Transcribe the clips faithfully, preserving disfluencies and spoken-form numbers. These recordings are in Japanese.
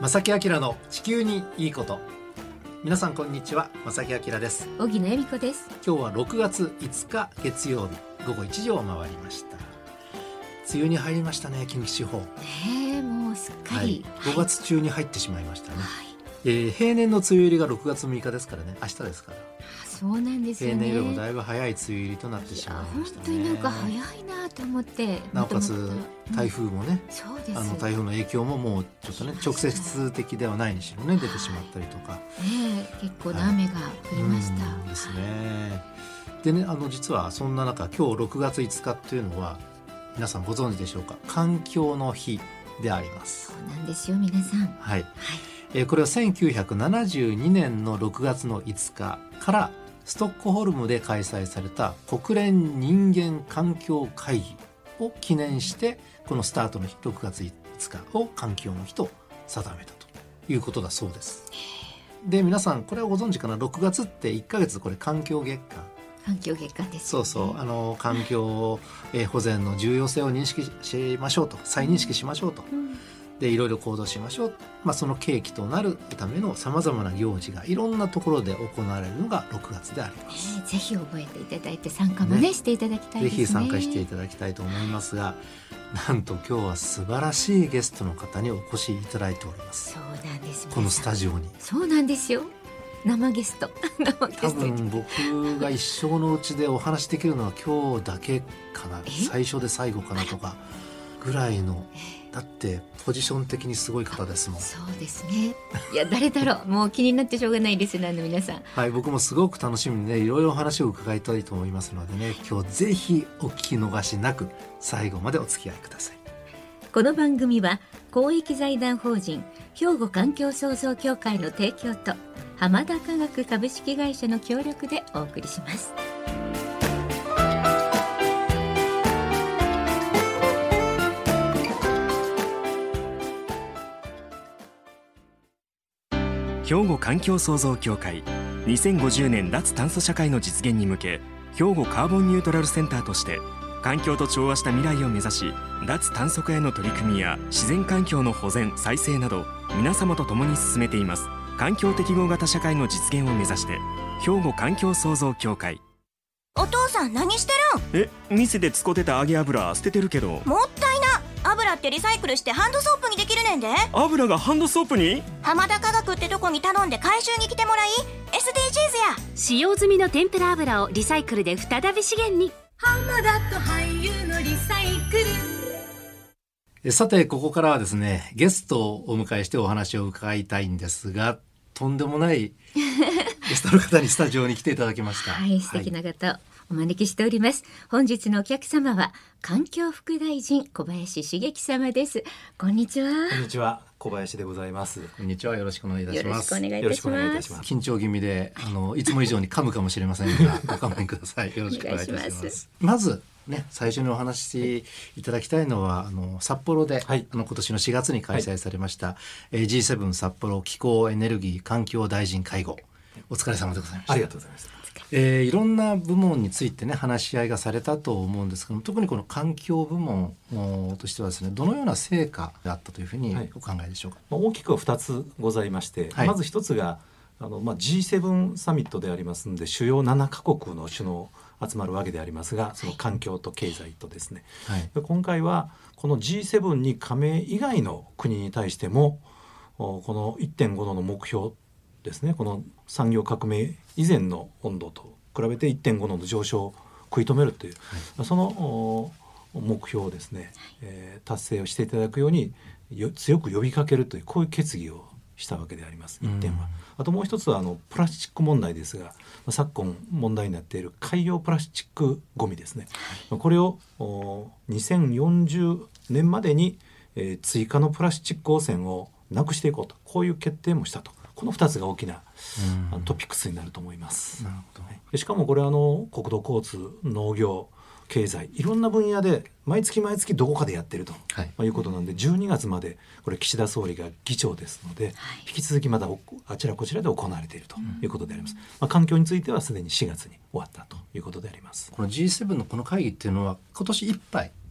正木明の地球にいいこと。皆さんこんにちは、正木明です。 小木野恵美子です。 今日はろくがついつか月曜日、午後いちじを回りました。梅雨に入りましたね、近畿地方。ねえ、もうすっかり、 はい、ごがつ中に入ってしまいましたね、はい。えー、平年の梅雨入りがろくがつむいかですからね、明日ですから。 そうなんですよね。 平年よりもだいぶ早い梅雨入りとなってしまいましたね。 本当になんか早いなと思って。 なおかつ台風もね、 うん、そうです。 あの台風の影響ももうちょっとね直接的ではないにしろね出てしまったりとか、 ね、結構な雨が降りました、 はい、ですね。でね、あの実はそんな中、今日ろくがついつかっていうのは皆さんご存知でしょうか。環境の日であります。 そうなんですよ、皆さん。 はい、はい。えー、これはせんきゅうひゃくななじゅうにねんのろくがつのいつかからストックホルムで開催された国連人間環境会議を記念して、このスタートの日ろくがついつかを環境の日と定めたということだそうです。で、皆さんこれはご存知かな。ろくがつっていっかげつこれ環境月間。 環境月間です、ね、 そうそう、あの環境保全の重要性を認識しましょうと、再認識しましょうと、うん、でいろいろ行動しましょう、まあ、その契機となるためのさまざまな行事がいろんなところで行われるのがろくがつであります、 えー、ぜひ覚えていただいて参加も、ねね、していただきたいですね。 ぜひ参加していただきたいと思いますが、なんと今日は素晴らしいゲストの方にお越しいただいております。 そうなんです。 このスタジオに。 そうなんですよ、生ゲスト生ゲスト。 多分僕が一生のうちでお話できるのは今日だけかな、最初で最後かなとかぐらいの。だってポジション的にすごい方ですもん。 そうですね。いや、誰だろうもう気になってしょうがないですね、あの皆さん。 はい、僕もすごく楽しみにね、いろいろ話を伺いたいと思いますのでね、今日ぜひお聞き逃しなく最後までお付き合いください。 この番組は公益財団法人兵庫環境創造協会の提供と浜田化学株式会社の協力でお送りします。 兵庫環境創造協会にせんごじゅうねん脱炭素社会の実現に向け、兵庫カーボンニュートラルセンターとして環境と調和した未来を目指し、脱炭素化への取り組みや自然環境の保全再生など皆様と共に進めています。環境適合型社会の実現を目指して、兵庫環境創造協会。 お父さん何してるん？え、店で使ってた揚げ油捨ててるけど。 もったいな。油ってリサイクルしてハンドソープにできるねんで。 油がハンドソープに？ 浜田化学ってとこに頼んで回収に来てもらい エスディージーズ や。 使用済みの天ぷら油をリサイクルで再び資源に。 浜田と俳優のリサイクル。さて、ここからはですね、ゲストをお迎えしてお話を伺いたいんですが、とんでもないゲストの方にスタジオに来ていただきました。 はい、素敵な方、はい、お招きしております。本日のお客様は環境副大臣小林茂樹様です。こんにちは。 こんにちは、小林でございます。 こんにちは、よろしくお願いいたします。 よろしくお願いいたします。 緊張気味で、あのいつも以上に噛むかもしれませんがご勘弁ください。よろしくお願いいたします。ます。まずね、最初にお話しいただきたいのは、あの札幌で、はい、あの今年のしがつに開催されました、はい、えー、ジーセブン 札幌気候エネルギー環境大臣会合、お疲れ様でございました。 ありがとうございました。 えー、いろんな部門についてね話し合いがされたと思うんですけども、特にこの環境部門としてはですね、どのような成果があったというふうにお考えでしょうか。 はい、まあ、大きくはふたつございまして、はい、まずひとつがあの、まあ、ジーセブン サミットでありますので、主要ななかこくの首脳集まるわけでありますが、その環境と経済とですね、はい、今回はこの ジーセブン に加盟以外の国に対してもこの いってんご 度の目標ですね、この産業革命以前の温度と比べて いってんご 度の上昇を食い止めるという、はい、その目標をですね、えー、達成をしていただくようによ強く呼びかけるという、こういう決議をしたわけであります。いってんは。あともう一つはあのプラスチック問題ですが、昨今問題になっている海洋プラスチックゴミですね、これをにせんよんじゅうねんまでに、えー、追加のプラスチック汚染をなくしていこうと、こういう決定もしたと。このふたつが大きなあのトピックスになると思います。なるほど。はい、しかもこれはあの国土交通、農業、経済、いろんな分野で毎月毎月どこかでやっていると、はい、まあ、いうことなんで、じゅうにがつまでこれ岸田総理が議長ですので、はい、引き続きまだあちらこちらで行われているということであります。うん、まあ、環境についてはすでにしがつに終わったということであります。 この ジーセブン のこの会議っていうのは今年いっぱい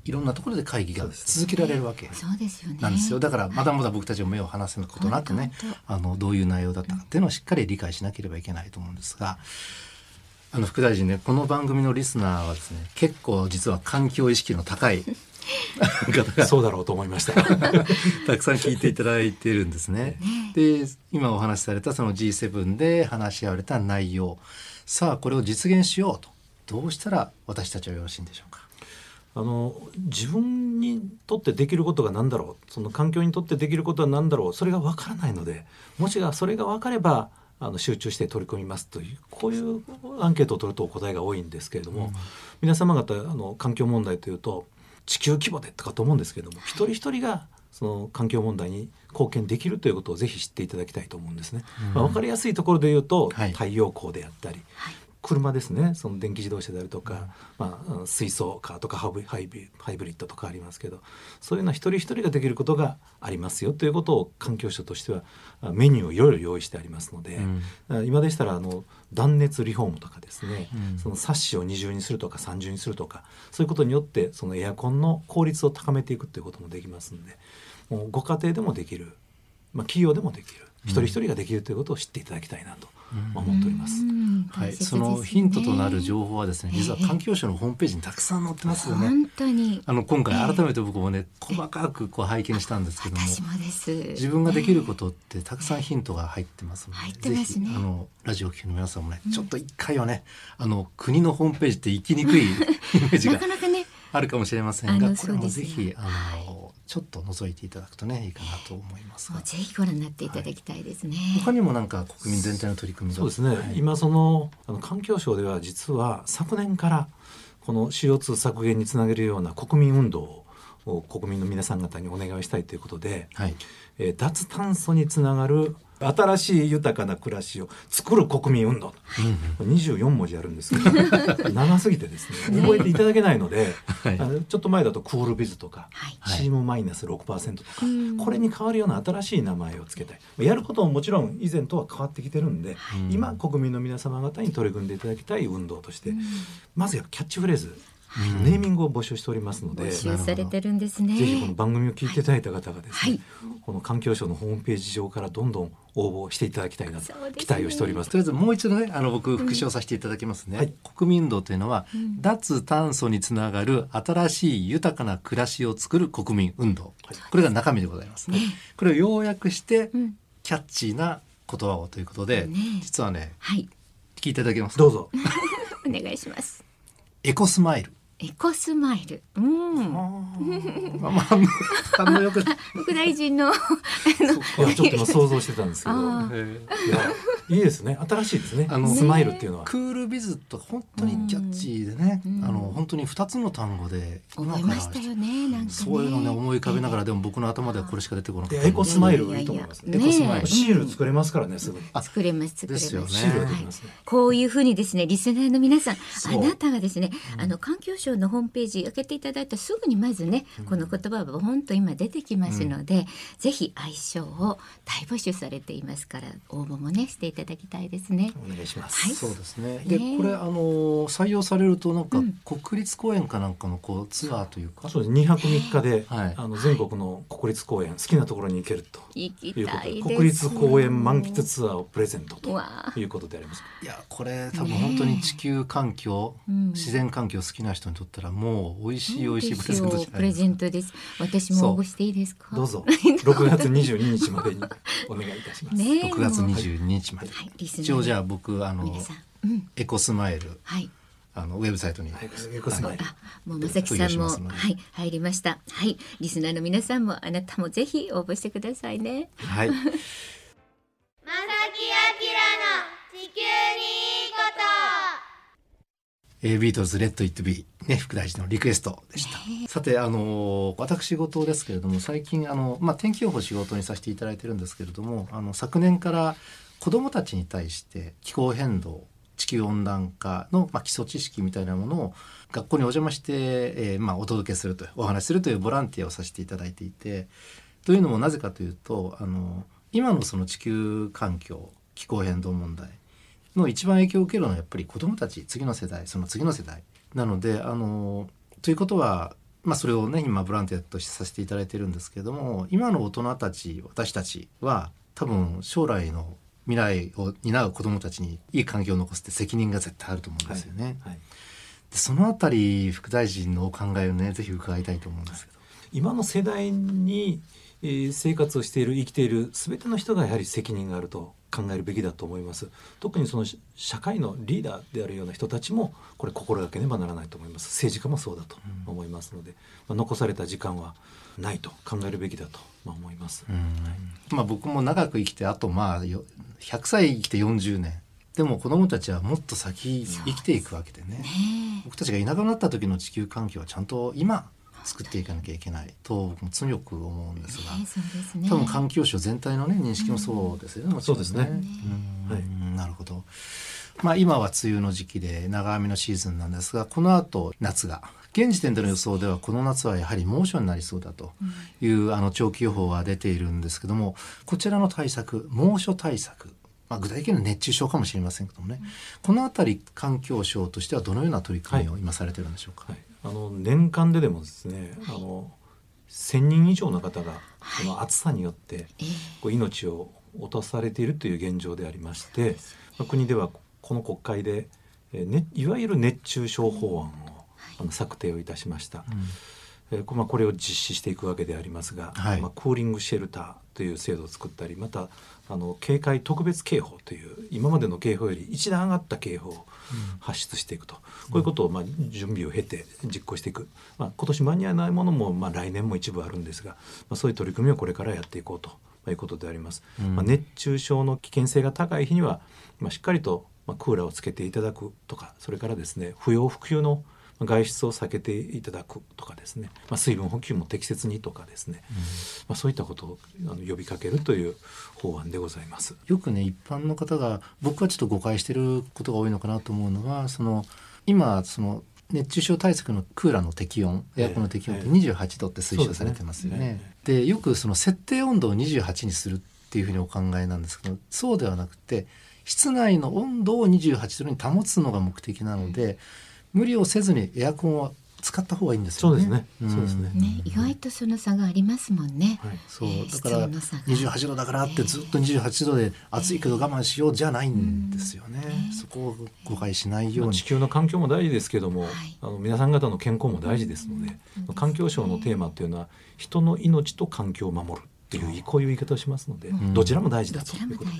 いろんなところで会議が続けられるわけそうですよね。 なんですよ。だからまだまだ僕たちも目を離すことなくね、あのどういう内容だったかっていうのをしっかり理解しなければいけないと思うんですが、あの副大臣ね、この番組のリスナーはですね、結構実は環境意識の高い方がそうだろうと思いましたたくさん聞いていただいているんですね。で、今お話しされたその ジーセブン で話し合われた内容、さあこれを実現しようと、どうしたら私たちはよろしいんでしょうか。 あの自分にとってできることが何だろう、その環境にとってできることは何だろう、それが分からないので、もしがそれが分かればあの集中して取り組みますという、こういうアンケートを取ると答えが多いんですけれども、うん、皆様方あの環境問題というと地球規模でとかと思うんですけれども、一人一人がその環境問題に貢献できるということをぜひ知っていただきたいと思うんですね。うん、まあ、分かりやすいところで言うと、はい、太陽光であったり、はい、車ですね、その電気自動車であるとか、うん、まあ、水素カーとかハイブハイブリッドとかありますけど、そういうのは一人一人ができることがありますよということを環境省としてはメニューをいろいろ用意してありますので、うん、今でしたらあの断熱リフォームとかですね、うん、そのサッシを二重にするとか三重にするとか、そういうことによってそのエアコンの効率を高めていくということもできますので、もうご家庭でもできる、まあ、企業でもできる、一人一人ができるということを知っていただきたいなと思っております。 はい、そのヒントとなる情報はですね、実は環境省のホームページにたくさん載ってますよね。 本当にあの今回改めて僕もね、細かくこう拝見したんですけども、 私もです。 自分ができることってたくさんヒントが入ってますので、 入ってますね。 ぜひあのラジオ聴きの皆さんもね、ちょっと一回はね、あの国のホームページって行きにくいイメージがなかなかねあるかもしれませんが、 あのこれもぜひあの、 はい、 ちょっと覗いていただくとねいいかなと思いますが、 ぜひご覧になっていただきたいですね。 はい、他にもなんか国民全体の取り組みが、 そうですね、はい、今そのあの環境省では実は昨年からこの シーオーツー 削減につなげるような国民運動を国民の皆さん方にお願いしたいということで、はい、えー、脱炭素につながる新しい豊かな暮らしを作る国民運動、うん、にじゅうよんもじあるんですけど長すぎてですね覚えていただけないので、はい、あのちょっと前だとクールビズとか、はい、チームマイナス ろくパーセント とか、はい、これに代わるような新しい名前をつけたい。やることももちろん以前とは変わってきてるんで、はい、今国民の皆様方に取り組んでいただきたい運動として、うん、まずはキャッチフレーズ、はい、ネーミングを募集しておりますので、 募集されてるんですね。 ぜひこの番組を聞いていただいた方がですね、はい、この環境省のホームページ上からどんどん応募していただきたいなと期待をしております。 とりあえずもう一度ね、あの僕復唱させていただきますね。うん、はい、国民運動というのは、うん、脱炭素につながる新しい豊かな暮らしを作る国民運動、はい、これが中身でございます、ね、これを要約してキャッチーな言葉をということで、ね、実はね、はい、聞いていただけますか。 どうぞお願いします。 エコスマイル。 エコスマイル、うん、 まあまあ反応よく副大臣のいやちょっと今想像してたんですけど、いやいいですね、新しいですね、あのスマイルっていうのは。 クールビズと本当にキャッチーでね、あの本当にふたつの単語で思いましたよね。なんかね、 そういうのね思い浮かべながら、でも僕の頭ではこれしか出てこなかった。 エコスマイルがいいと思いますね。エコスマイル、シール作れますからね、すぐに。 作れます作れます。 ですよね。 シールができますね。 こういうふうにですね、リスナーの皆さん、あなたがですね、あの環境省のホームページ開けていただいたらすぐにまずね、この言葉は本当今出てきますので、うん、ぜひ愛称を大募集されていますから、応募もねしていただきたいですね。 お願いします。 はい、 そうですね。で、ね、これあの採用されるとなんか、うん、国立公園かなんかのこうツアーというか、 そうです、にはくみっかで、はい、あの全国の国立公園、好きなところに行けるということで、国立公園満喫ツアーをプレゼントということであります。 いやこれ多分本当に地球環境、ね、自然環境好きな人にとったらもう美味しい美味しいプレゼントじゃないですか。 プレゼントです。私も応募していいですか。 どうぞろくがつにじゅうににちまでにお願いいたします。 ね、 ろくがつにじゅうににちまで、はい、一応じゃあ僕あの、うん、エコスマイル、はい、あのウェブサイトに、はい、 エコスマイル、 あ、もうまさきさんも、はい、入りました。はい、リスナーの皆さんもあなたもぜひ応募してくださいね。 はい。まさきあきらの地球にいいこと。 ビートルズレッドイットビーね、副大臣のリクエストでした。さてあの私事ですけれども、最近あの、まあ、天気予報仕事にさせていただいてるんですけれども、あの昨年から子どもたちに対して気候変動、地球温暖化の、まあ、基礎知識みたいなものを学校にお邪魔して、えーまあ、お届けするというお話しするというボランティアをさせていただいていて、というのもなぜかというと、あの今のその地球環境気候変動問題の一番影響を受けるのはやっぱり子どもたち、次の世代、その次の世代なので、あのということはまあ、それをね今ボランティアとしてさせていただいているんですけれども、今の大人たち私たちは多分将来の未来を担う子どもたちにいい環境を残すって責任が絶対あると思うんですよね、はいはい、でそのあたり副大臣のお考えをねぜひ伺いたいと思うんですけど、 今の世代に、えー、生活をしている生きている全ての人がやはり責任があると考えるべきだと思います。特にその社会のリーダーであるような人たちもこれ心がけねばならないと思います。政治家もそうだと思いますので、うんまあ、残された時間はないと考えるべきだと、まあ、思います、うんはいまあ、僕も長く生きてあとまあひゃくさい生きてよんじゅうねんでも子どもたちはもっと先に生きていくわけで ね, で僕たちがいなくなった時の地球環境はちゃんと今作っていかなきゃいけないと僕も強く思うんですが、 えーそうですね、 多分環境省全体の、ね、認識もそうですよね、 うん、そうですね、 うんはい、なるほど、まあ、今は梅雨の時期で長雨のシーズンなんですが、この後夏が現時点での予想ではこの夏はやはり猛暑になりそうだという、うん、あの長期予報が出ているんですけども、こちらの対策猛暑対策、まあ、具体的には熱中症かもしれませんけどもね、うん、このあたり環境省としてはどのような取り組みを今されているんでしょうか。 はいはい、あの年間ででもですね、はい、あのせんにん以上の方がこの暑さによってこう命を落とされているという現状でありまして、まあ、国ではこの国会で、ね、いわゆる熱中症法案をあの策定をいたしました、うんえーまあ、これを実施していくわけでありますが、はいまあ、クーリングシェルターという制度を作ったり、またあの警戒特別警報という今までの警報より一段上がった警報を発出していくと、うん、こういうことをまあ準備を経て実行していく、まあ、今年間に合わないものもまあ来年も一部あるんですが、まあ、そういう取り組みをこれからやっていこうということであります、うんまあ、熱中症の危険性が高い日には、まあ、しっかりとまあクーラーをつけていただくとか、それからですね不要不急の外出を避けていただくとかですね、まあ、水分補給も適切にとかですね、うんまあ、そういったことをあの呼びかけるという法案でございます。 よくね一般の方が僕はちょっと誤解していることが多いのかなと思うのは、その今その熱中症対策のクーラーの適温、エアコンの適温ってにじゅうはちどって推奨されてますよね。ええで、よくその設定温度をにじゅうはちにするっていうふうにお考えなんですけど、そうではなくて室内の温度をにじゅうはちどに保つのが目的なので、無理をせずにエアコンを使った方がいいんですよね。 そうですね。うん、そうですね。 ね、意外とその差がありますもんね。はい、 そう、だからにじゅうはちどだからってずっとにじゅうはちどで暑いけど我慢しようじゃないんですよね。えー、そこを誤解しないように。 地球の環境も大事ですけども、はい、あの皆さん方の健康も大事ですので、うん、環境省のテーマというのは人の命と環境を守るっていうこういう言い方をしますので、うん、どちらも大事だということです。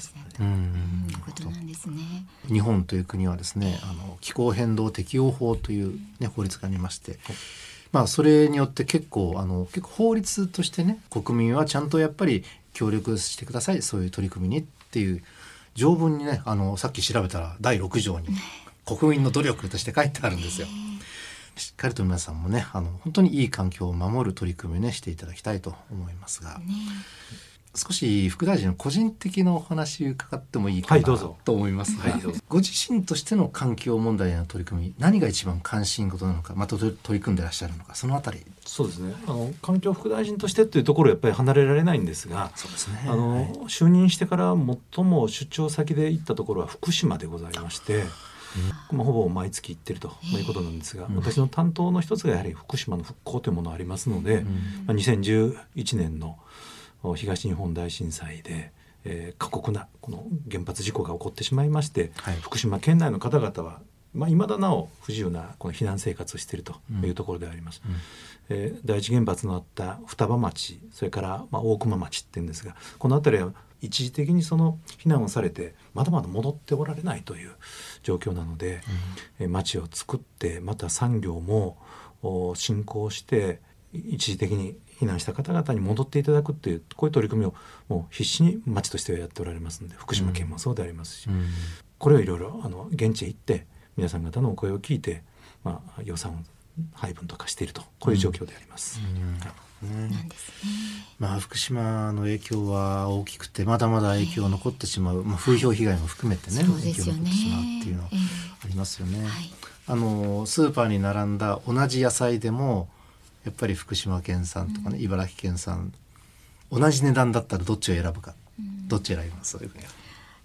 日本という国はですね、あの気候変動適応法という、ね、法律がありまして、はいまあ、それによって結構あの結構法律としてね、国民はちゃんとやっぱり協力してください、そういう取り組みにっていう条文にね、あのさっき調べたらだいろく条に国民の努力として書いてあるんですよ。しっかりと皆さんもね、あの本当にいい環境を守る取り組みをねしていただきたいと思いますが、ね、少し副大臣の個人的なお話伺ってもいいかな、はい、どうぞと思いますが、はい、ご自身としての環境問題への取り組み、何が一番関心事なのか、また取り組んでいらっしゃるのか、そのあたり。 そうですね、あの環境副大臣としてというところはやっぱり離れられないんですが、 そうですね、 あの、はい、就任してから最も出張先で行ったところは福島でございまして、うんまあ、ほぼ毎月行ってるということなんですが、うん、私の担当の一つがやはり福島の復興というものがありますので、うんまあ、にせんじゅういちねんの東日本大震災で、えー、過酷なこの原発事故が起こってしまいまして、はい、福島県内の方々は、まあ、未だなお不自由なこの避難生活をしているというところであります、うんえー、第一原発のあった双葉町、それからまあ大熊町っていうんですが、この辺りは一時的にその避難をされてまだまだ戻っておられないという状況なので、うん、え町を作ってまた産業も振興して一時的に避難した方々に戻っていただくっていう、こういう取り組みをもう必死に町としてはやっておられますので、福島県もそうでありますし、うん、これをいろいろあの現地へ行って皆さん方のお声を聞いて、まあ、予算を配分とかしていると、こういう状況であります、うんうんねなんですね。まあ、福島の影響は大きくてまだまだ影響が残ってしまう、まあ、風評被害も含めてね、影響が残ってしまうっていうのはありますよね、はい、あのスーパーに並んだ同じ野菜でもやっぱり福島県産とかね、うん、茨城県産同じ値段だったらどっちを選ぶか、うん、どっち選びます？そういうふうにい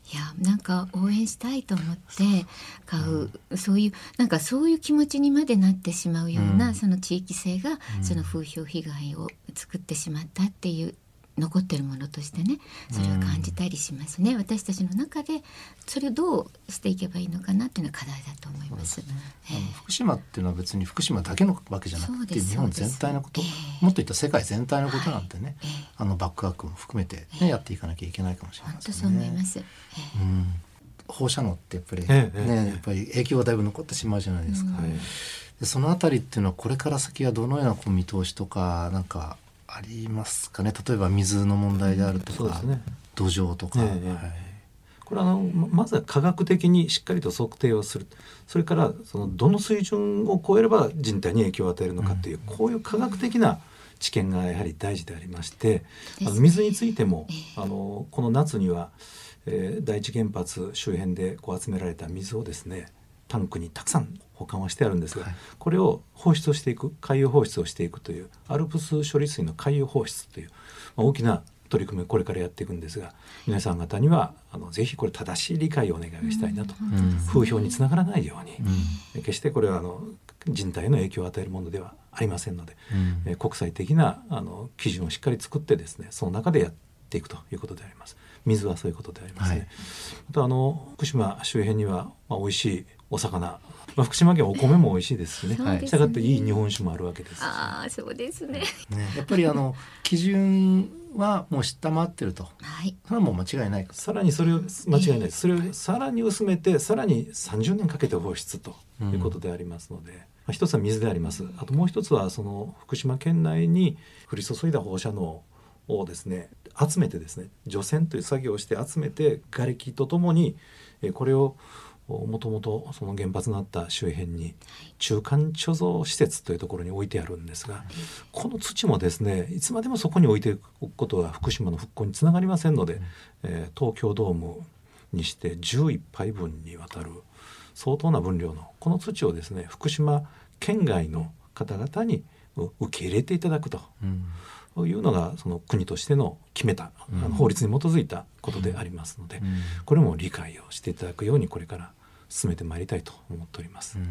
いやなんか応援したいと思って買う、うん、そういうなんかそういう気持ちにまでなってしまうような、うん、その地域性が、うん、その風評被害を作ってしまったっていう残ってるものとしてねそれを感じたりしますね、うん、私たちの中でそれをどうしていけばいいのかなっていうのは課題だと思います、 えー、福島っていうのは別に福島だけのわけじゃなくて日本全体のこと、えー、もっと言ったら世界全体のことなんてね、はいえー、あのバックワークも含めて、ねえー、やっていかなきゃいけないかもしれないですね。 本当そう思います、えーうん、 放射能ってやっぱり、 えーね、やっぱり影響がだいぶ残ってしまうじゃないですか、うん、でそのあたりっていうのはこれから先はどのようなこう見通しとかなんかありますかね。例えば水の問題であるとか、うんそうですね、土壌とか、えーはい、 これはあのまずは科学的にしっかりと測定をする、それからそのどの水準を超えれば人体に影響を与えるのかっていう、うん、こういう科学的な知見がやはり大事でありまして、うん、あの水についても、あのこの夏には、えー、第一原発周辺でこう集められた水をですねタンクにたくさん保管はしてあるんですが、はい、これを放出をしていく海洋放出をしていくというアルプス処理水の海洋放出という、まあ、大きな取り組みをこれからやっていくんですが、皆さん方にはあのぜひこれ正しい理解をお願いをしたいなと、うん、風評につながらないように、うん、決してこれはあの人体への影響を与えるものではありませんので、うん、え国際的なあの基準をしっかり作ってですねその中でやっていくということであります。水はそういうことでありますね、はい、あとあの福島周辺には、まあ、美味しいお魚、まあ、福島県はお米も美味しいですしね、はい、したがっていい日本酒もあるわけですし、 ああそうですね、 ねやっぱりあの基準はもう下回ってると、はい、それはもう間違いないか。 さらにそれを間違いないです、それをさらに薄めてさらにさんじゅうねんかけて放出ということでありますので、うんまあ、一つは水であります。あともう一つはその福島県内に降り注いだ放射能をですね集めてですね除染という作業をして集めて瓦礫とともにこれをもともとその原発のあった周辺に中間貯蔵施設というところに置いてあるんですが、この土もですねいつまでもそこに置いておくことは福島の復興につながりませんので、えー、東京ドームにしてじゅういっぱいぶんにわたる相当な分量のこの土をですね福島県外の方々に受け入れていただくと、うんというのがその国としての決めた、うん、あの法律に基づいたことでありますので、うん、これも理解をしていただくようにこれから進めてまいりたいと思っております、うんはい、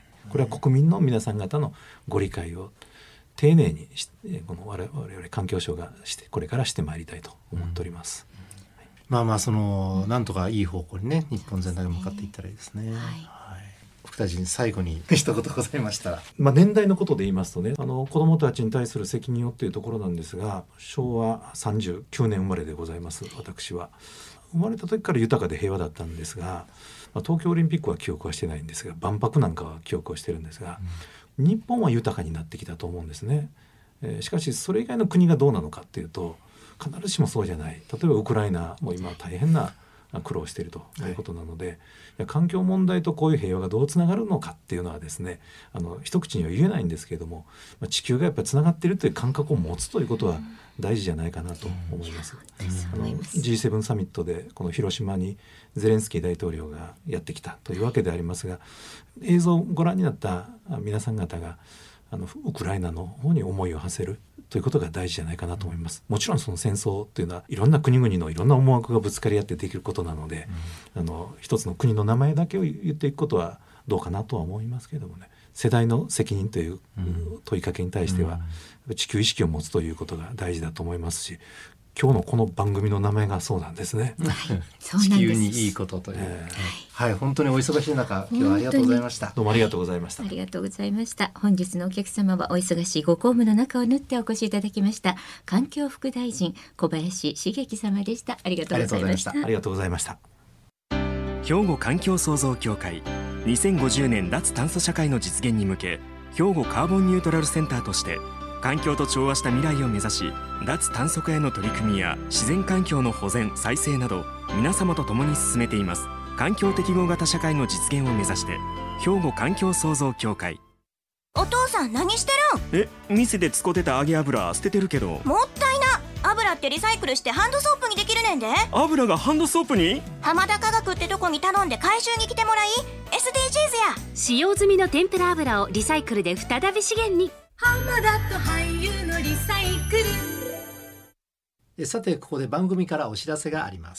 これは国民の皆さん方のご理解を丁寧にしこの我々環境省がしてこれからしてまいりたいと思っております、 うんはい、まあまあそのなんとかいい方向にね日本全体が向かっていったらいいですね、はい福田人最後に一言ございましたら、 まあ、年代のことで言いますとねあの子どもたちに対する責任をっていうところなんですがしょうわさんじゅうきゅうねん生まれでございます。私は生まれた時から豊かで平和だったんですが、まあ、東京オリンピックは記憶はしてないんですが万博なんかは記憶をしてるんですが、うん、日本は豊かになってきたと思うんですね、えー、しかしそれ以外の国がどうなのかっていうと必ずしもそうじゃない。例えばウクライナも今大変な苦労しているということなので、はい、いや環境問題とこういう平和がどうつながるのかっていうのはですねあの一口には言えないんですけれども、まあ、地球がやっぱりつながっているという感覚を持つということは大事じゃないかなと思います、うん、あの ジーセブン サミットでこの広島にゼレンスキー大統領がやってきたというわけでありますが映像をご覧になった皆さん方があのウクライナの方に思いを馳せるということが大事じゃないかなと思います。もちろんその戦争というのはいろんな国々のいろんな思惑がぶつかり合ってできることなので、うん、あの一つの国の名前だけを言っていくことはどうかなとは思いますけれどもね世代の責任という問いかけに対しては、うん、地球意識を持つということが大事だと思いますし今日のこの番組の名前がそうなんですね、 はい、そうなんです。 地球にいいことという、えー、はい、本当にお忙しい中今日はありがとうございました。 どうもありがとうございました。 ありがとうございました。本日のお客様はお忙しいご公務の中を縫ってお越しいただきました環境副大臣小林茂樹様でした。ありがとうございました。 ありがとうございました。 兵庫環境創造協会にせんごじゅうねん脱炭素社会の実現に向け兵庫カーボンニュートラルセンターとして環境と調和した未来を目指し脱炭素化への取り組みや自然環境の保全再生など皆様と共に進めています。環境適合型社会の実現を目指して兵庫環境創造協会。 お父さん何してるん？ え、店で使ってた揚げ油捨ててるけど。 もったいな。油ってリサイクルしてハンドソープにできるねんで。 油がハンドソープに？ 浜田化学ってとこに頼んで回収に来てもらい エスディージーズ や。 使用済みの天ぷら油をリサイクルで再び資源に。 浜田と俳優のリサイクル。 さてここで番組からお知らせがあります。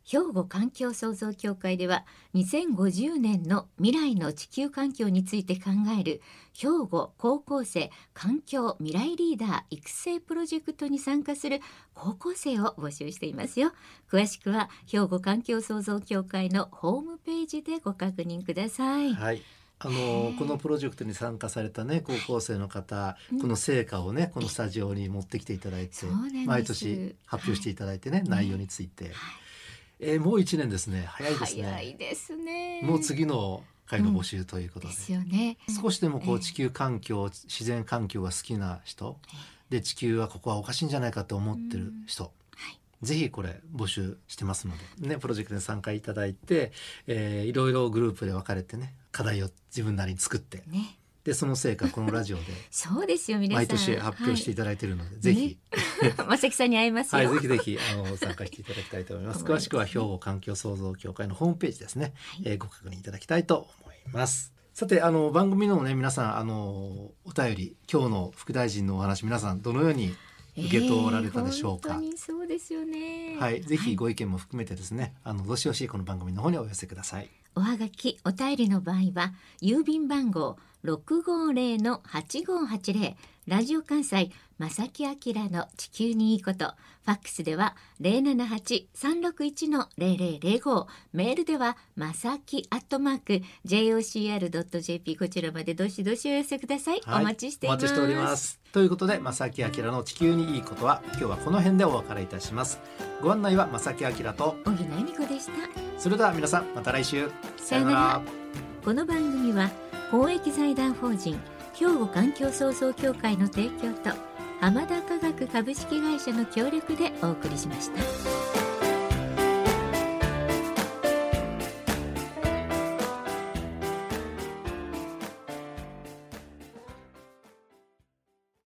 兵庫環境創造協会ではにせんごじゅうねんの未来の地球環境について考える兵庫高校生環境未来リーダー育成プロジェクトに参加する高校生を募集していますよ。詳しくは兵庫環境創造協会のホームページでご確認ください。 はい、あのこのプロジェクトに参加されたね高校生の方、うん、この成果をねこのスタジオに持ってきていただいて毎年発表していただいてね、はい、内容について、はい、えー、もう一年ですね。早いですね。 早いですね。 もう次の回の募集ということで、うん、 ですよね。 少しでもこう地球環境、えー、自然環境が好きな人、えー、で地球はここはおかしいんじゃないかと思ってる人、うん、はい、ぜひこれ募集してますので、ね、プロジェクトに参加いただいて、えー、いろいろグループで分かれてね課題を自分なりに作って、ね、でその成果このラジオでそうですよ、皆さん毎年発表していただいているので、はい、ぜひ、 ね、正木さんに会いますよ。 はい、ぜひぜひあの参加していただきたいと思います。詳しくは兵庫環境創造協会のホームページですね、はい、えー、ご確認いただきたいと思います。さてあの番組のね皆さんあのお便り今日の副大臣のお話皆さんどのように受け取られたでしょうか。 えー、本当にそうですよね。 はい、ぜひご意見も含めてですね、はい、あのどしどしこの番組の方にお寄せください。 おはがきお便りの場合は郵便番号 ろくごーぜろのはちごーはちぜろ ラジオ関西正木明の地球にいいこと、ファックスでは ゼロななはち さんろくいち のゼロゼロゼロご、メールではまさきアットマーク ジェイオーシーアールドットジェーピー こちらまでどしどしお寄せください、はい、お待ちしています。 お待ちしております。ということで正木明の地球にいいことは今日はこの辺でお別れいたします。ご案内は正木明と小木野恵美子でした。 それでは皆さんまた来週さよなら。この番組は公益財団法人兵庫環境創造協会の提供と浜田科学株式会社の協力でお送りしました。